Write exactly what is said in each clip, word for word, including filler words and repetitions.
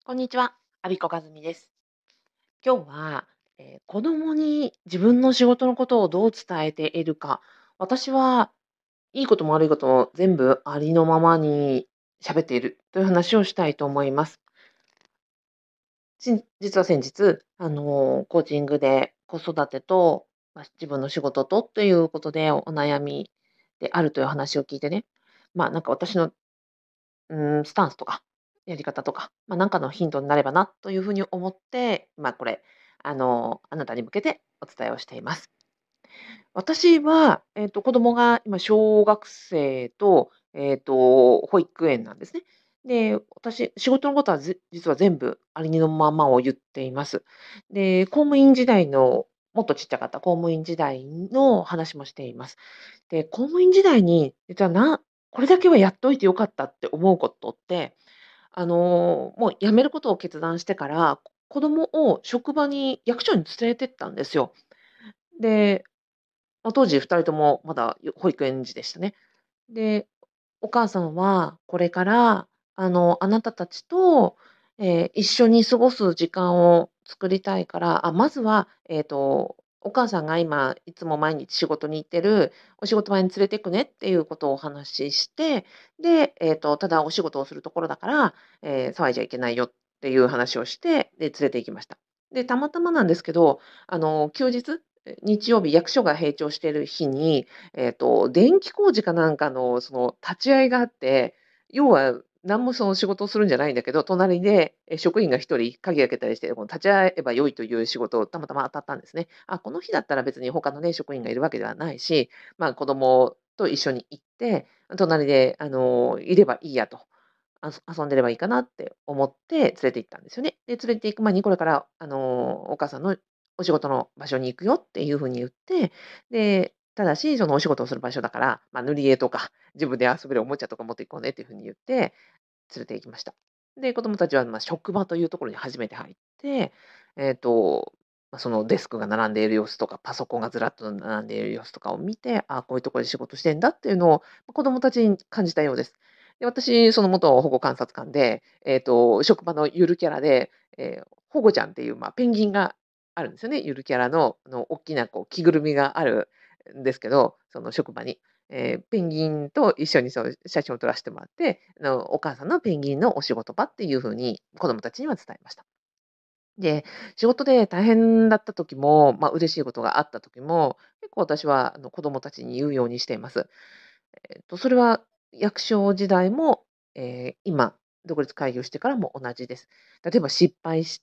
こんにちは、アビコカズミです。今日は、えー子供に自分の仕事のことをどう伝えているか、私はいいことも悪いことも全部ありのままに喋っているという話をしたいと思います。し実は先日、あのーコーチングで子育てと、まあ、自分の仕事とということでお悩みであるという話を聞いてね、まあなんか私のうーん、スタンスとか、やり方とか、まあ、なんかのヒントになればなというふうに思って、まあ、これ、あの、あなたに向けてお伝えをしています。私は、えっと、子供が今小学生と、えっと、保育園なんですね。で、私、仕事のことはず実は全部ありのままを言っています。で、公務員時代のもっとちっちゃかった公務員時代の話もしています。で、公務員時代に、実はなこれだけはやっといてよかったって思うことって、あの、もう辞めることを決断してから、子供を職場に役所に連れてったんですよ。で、ま、当時ふたりともまだ、よ保育園児でしたね。で、お母さんはこれから、あの、あなたたちと、えー一緒に過ごす時間を作りたいから、あ、まずは、えっと、お母さんが今いつも毎日仕事に行ってる、お仕事場に連れてくねっていうことをお話しして、で、えっと、ただお仕事をするところだから、えー騒いじゃいけないよっていう話をして、で、連れて行きました。で、たまたまなんですけど、あの、休日、え、日曜日、役所が閉庁している日に、えっと、電気工事かなんかの、その、立ち会いがあって、要は、なんもその仕事をするんじゃないんだけど、隣で、え、職員が一人鍵開けたりして、この立ち会えば良いという仕事をたまたま当たったんですね。あ、この日だったら別に他のね、職員がいるわけではないし、まあ、子供と一緒に行って、隣で、あの、いればいいやと。あそ遊んでればいいかなって思って連れて行ったんですよね。で、連れて行く前にこれから、あの、お母さんのお仕事の場所に行くよっていう風に言って、で、ただし、そのお仕事をする場所だから、まあ、塗り絵とか、自分で遊べるおもちゃとか持っていこうねっていう風に言って、連れて行きました。で、子供たちは、ま、職場というところに初めて入って、えっと、ま、そのデスクが並んでいる様子とか、パソコンがずらっと並んでいる様子とかを見て、あ、こういうところで仕事してんだっていうのを、ま、子供たちに感じたようです。で、私、その元保護観察官で、えっと、職場のゆるキャラで、え、保護ちゃんっていう、ま、ペンギンがあるんですよね。ゆるキャラの、あの、おっきなこう着ぐるみがあるんですけど、その職場に。えーペンギンと一緒にそう写真を撮らせてもらって、あの、お母さんのペンギンのお仕事場っていう風に子供たちには伝えました。で、仕事で大変だった時も、まあ、嬉しいことがあった時も、結構私はあの子供たちに言うようにしています。えっと、それは役所時代も、えー今、独立開業してからも同じです。例えば失敗して、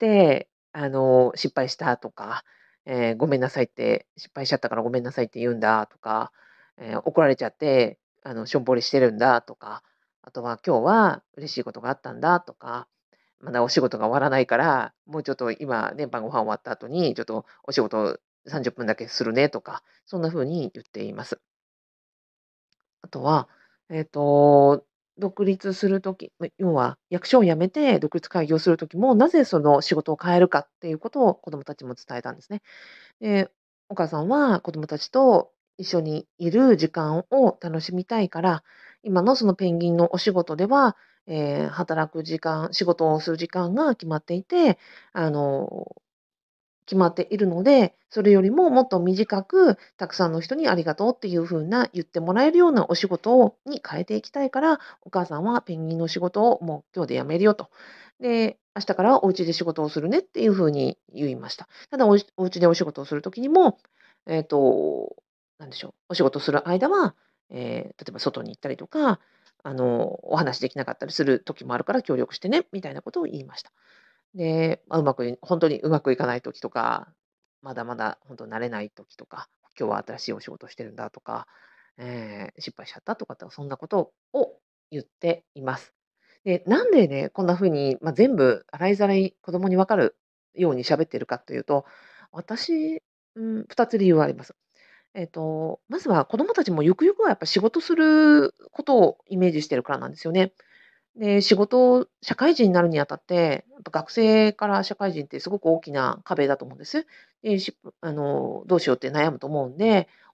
あの、失敗したとか、えーごめんなさいって、失敗しちゃったからごめんなさいって言うんだとか、えー怒られちゃって、あの、しょんぼりしてるんだとか、あとは今日は嬉しいことがあったんだとか、まだお仕事が終わらないから、もうちょっと今ね、晩ご飯終わった後に、ちょっとお仕事さんじゅっぷんだけするねとか、そんな風に言っています。あとは、えっと、独立するとき、ま、要は役所を辞めて独立開業するときも、なぜその仕事を変えるかっていうことを子供たちも伝えたんですね。で、お母さんは子供たちと一緒にいる時間を楽しみたいから、今のそのペンギンのお仕事では、えー働く時間、仕事をする時間が決まっていて、あの決まっているので、それよりももっと短く、たくさんの人にありがとうっていう風な言ってもらえるようなお仕事をに変えていきたいから、お母さんはペンギンの仕事をもう今日で辞めるよと。で、明日からはお家で仕事をするねっていう風に言いました。ただおうお家でお仕事をする時にも、えっと、なんでしょう、お仕事する間は、えー例えば外に行ったりとか、あの、お話できなかったりする時もあるから協力してね、みたいなことを言いました。で、まあ、うまくい本当にうまくいかない時とか、まだまだ本当慣れない時とか、今日は新しいお仕事をしてるんだとか、えー失敗しちゃったとかって、そんなことを言っています。で、なんでね、こんな風に、まあ、全部洗いざらい子供に分かるように喋ってるかというと、私、うん、ふたつ理由はあります。えっと、まずは子供たちもゆくゆくはやっぱ仕事することをイメージしてるからなんですよね。で、仕事社会人になるにあたって、やっぱ学生から社会人ってすごく大きな壁だと思うんです。で、しあの、どうしようって悩むと思うんで、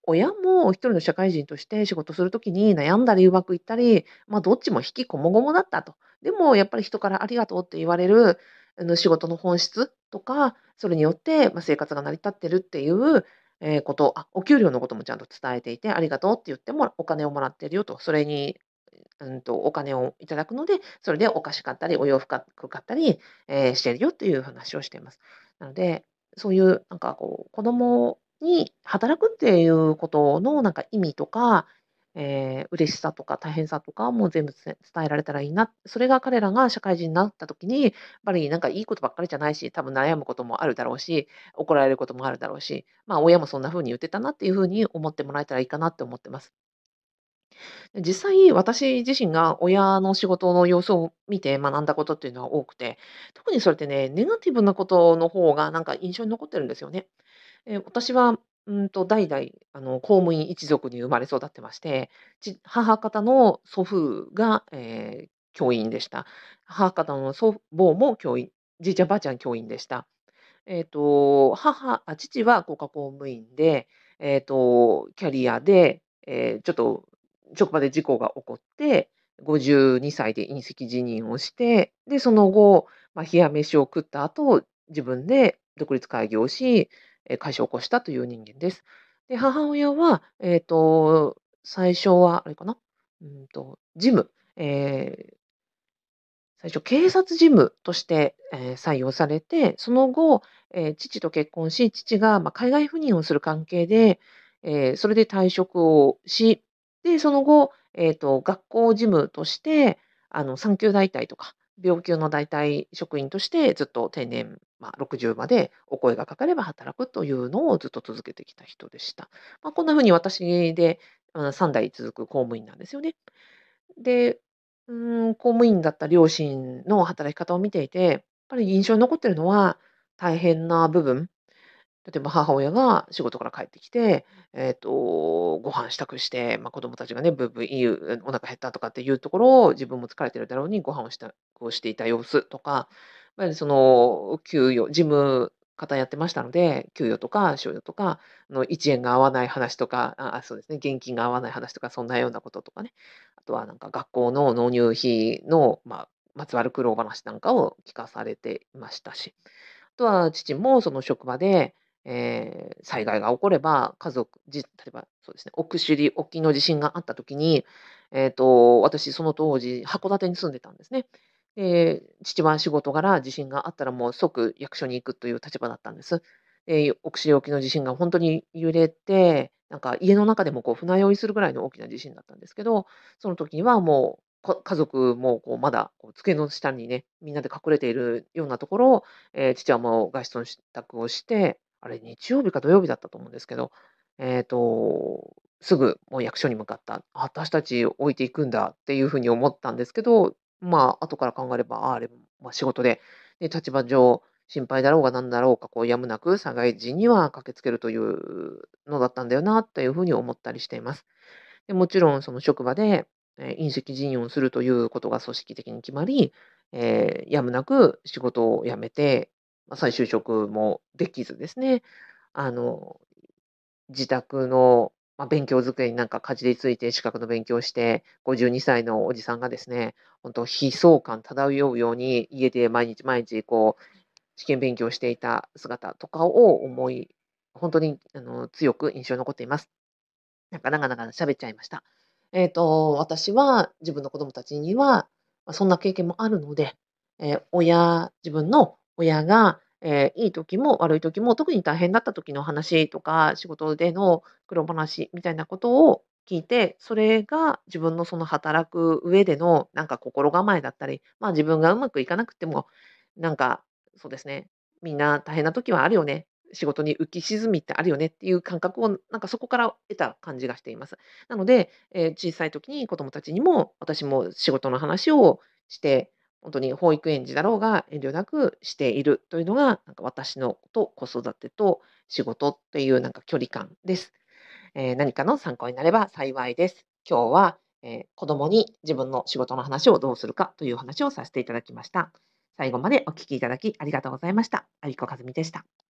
親も一人の社会人として仕事するときに悩んだりうまくいったり、ま、どっちも引きこもごもだったと。でもやっぱり人からありがとうって言われる、あの、仕事の本質とか、それによって、ま、生活が成り立ってるっていう、ええ、こと、あ、お給料のこともちゃんと伝えていて、ありがとうって言ってもお金をもらってるよと、それに、うんと、お金をいただくので、それでお菓子買ったり、お洋服か服買ったり、ええ、してるよっていう話をしています。なので、そういうなんかこう、子供に働くっていうことのなんか意味とか、ええ、嬉しさとか大変さとかも全部つて伝えられたらいいな。それが彼らが社会人になった時に、やっぱりなんかいいことばっかりじゃないし、多分悩むこともあるだろうし、怒られることもあるだろうし、ま、親もそんな風に言ってたなっていう風に思ってもらえたらいいかなって思ってます。実際、私自身が親の仕事の様子を見て学んだことっていうのは多くて、特にそれってね、ネガティブなことの方がなんか印象に残ってるんですよね。え、私は、うんと、代々あの、公務員一族に生まれ育ってまして、ち母方の祖父が、ええ、教員でした。母方の祖母も教員、じいちゃんばあちゃん教員でした。えっと、母あ、父は国家公務員で、えっと、キャリアで、ええ、ちょっと職場で事故が起こって、ごじゅうにさいで引責辞任をして、で、その後、ま、冷や飯を食った後、自分で独立開業し、え、会社を起こしたという人間です。で、母親は、えっと、最初はあれかな、うんと、事務、ええ最初警察事務として、ええ、採用されて、その後、ええ、父と結婚し、父が、ま、海外赴任をする関係で、ええ、それで退職をし、で、その後、えっと、学校事務として、あの、産休代替とか、病休の代替職員としてずっと定年、ま、ろくじゅうまでお声がかかれば働くというのをずっと続けてきた人でした。ま、こんな風に私で、うん、さんだい続く公務員なんですよね。で、うーん、公務員だった両親の働き方を見ていて、やっぱり印象に残ってるのは、大変な部分。例えば母親が仕事から帰ってきて、えっと、ご飯支度して、ま、子供たちがね、ブーブー言う、お腹減ったとかっていうところを、自分も疲れてるだろうに、ご飯を支度をしていた様子とか、まやその、給与事務方やってましたので、給与とか賞与とかのいちえんが合わない話とか、ああ、そうですね、現金が合わない話とか、そんなようなこととかね。あとはなんか学校の納入費の、ま、まつわる苦労話なんかを聞かされていましたし。あとは父もその職場で、ええ、災害が起これば、家族じ例えば、そうですね、奥尻沖の地震があった時に、えっと、私その当時、函館に住んでたんですね。で、父は仕事柄、地震があったらもう即役所に行くという立場だったんです。え、奥尻沖の地震がほんとに揺れて、なんか家の中でもこう船酔いするぐらいの大きな地震だったんですけど、その時にはもう、こ家族もこうまだこう机の下にね、みんなで隠れているようなところを、え、父はもう外出の支度をして、あれ日曜日か土曜日だったと思うんですけど、えっと、すぐもう役所に向かった。あ、私たち置いていくんだっていう風に思ったんですけど、まあ、後から考えれば、ああ、あれ、ま、仕事で、で、立場上、心配だろうがなんだろうか、こうやむなく災害時には駆けつけるというのだったんだよなっていう風に思ったりしています。で、もちろんその職場で、え、引責辞任をするということが組織的に決まり、ええ、やむなく仕事を辞めて、ま、再就職もできずですね、あの、自宅の、ま、勉強机になんかかじりついて資格の勉強をして、ごじゅうにさいのおじさんがですね、ほんと悲壮感漂うように家で毎日毎日こう、試験勉強していた姿とかを思いほんとにあの、強く印象に残っています。なんか長々喋っちゃいました。えっと、私は自分の子供たちには、ま、そんな経験もあるので、え、親自分の親が、え、いい時も悪い時も、特に大変だった時の話とか、仕事での苦労話みたいなことを聞いて、それが自分のその働く上でのなんか心構えだったり、ま、自分がうまくいかなくても、なんか、そうですね、みんな大変な時はあるよね、仕事に浮き沈みってあるよねっていう感覚をなんかそこから得た感じがしています。なので、え、小さい時に子供たちにも、私も仕事の話をして、ほんとに保育園児だろうが遠慮なくしているというのが、なんか私のと子育てと仕事っていうなんか距離感です。え、何かの参考になれば幸いです。今日は、え、子供に自分の仕事の話をどうするかという話をさせていただきました。最後までお聞きいただきありがとうございました。有子和美でした。